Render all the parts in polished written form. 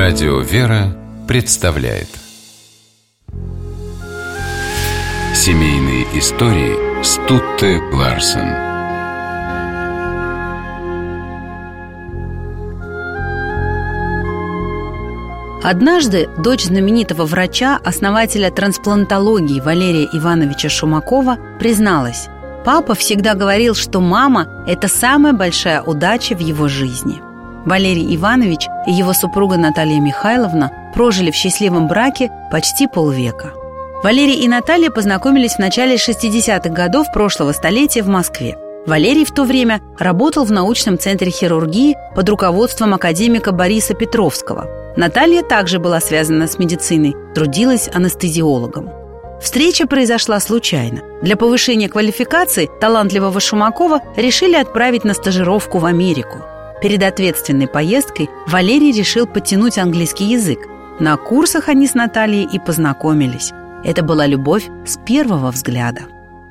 Радио «Вера» представляет семейные истории Стутте Ларсен. Однажды дочь знаменитого врача, основателя трансплантологии Валерия Ивановича Шумакова, призналась: «Папа всегда говорил, что мама – это самая большая удача в его жизни». Валерий Иванович и его супруга Наталья Михайловна прожили в счастливом браке почти полвека. Валерий и Наталья познакомились в начале 60-х годов прошлого столетия в Москве. Валерий в то время работал в научном центре хирургии под руководством академика Бориса Петровского. Наталья также была связана с медициной, трудилась анестезиологом. Встреча произошла случайно. Для повышения квалификации талантливого Шумакова решили отправить на стажировку в Америку. Перед ответственной поездкой Валерий решил подтянуть английский язык. На курсах они с Натальей и познакомились. Это была любовь с первого взгляда.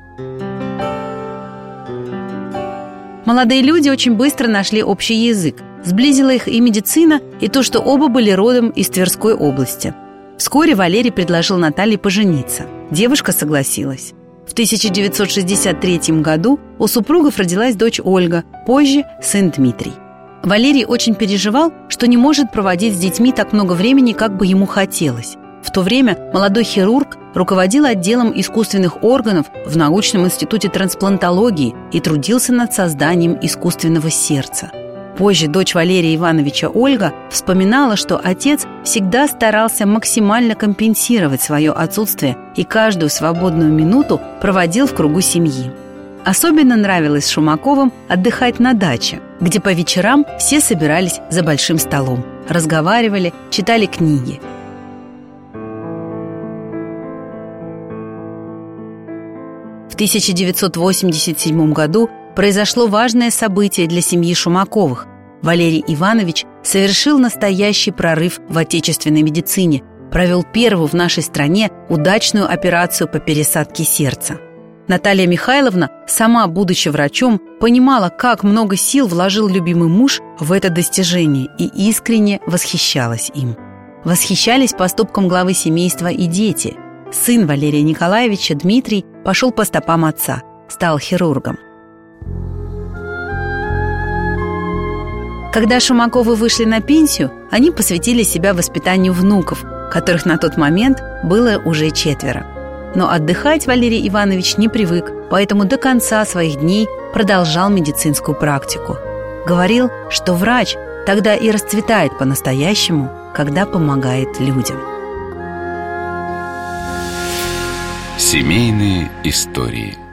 Молодые люди очень быстро нашли общий язык. Сблизила их и медицина, и то, что оба были родом из Тверской области. Вскоре Валерий предложил Наталье пожениться. Девушка согласилась. В 1963 году у супругов родилась дочь Ольга, позже сын Дмитрий. Валерий очень переживал, что не может проводить с детьми так много времени, как бы ему хотелось. В то время молодой хирург руководил отделом искусственных органов в научном институте трансплантологии и трудился над созданием искусственного сердца. Позже дочь Валерия Ивановича Ольга вспоминала, что отец всегда старался максимально компенсировать свое отсутствие и каждую свободную минуту проводил в кругу семьи. Особенно нравилось Шумаковым отдыхать на даче, где по вечерам все собирались за большим столом, разговаривали, читали книги. В 1987 году произошло важное событие для семьи Шумаковых. Валерий Иванович совершил настоящий прорыв в отечественной медицине, провел первую в нашей стране удачную операцию по пересадке сердца. Наталья Михайловна, сама будучи врачом, понимала, как много сил вложил любимый муж в это достижение и искренне восхищалась им. Восхищались поступком главы семейства и дети. Сын Валерия Николаевича, Дмитрий, пошел по стопам отца, стал хирургом. Когда Шумаковы вышли на пенсию, они посвятили себя воспитанию внуков, которых на тот момент было уже 4. Но отдыхать Валерий Иванович не привык, поэтому до конца своих дней продолжал медицинскую практику. Говорил, что врач тогда и расцветает по-настоящему, когда помогает людям. Семейные истории.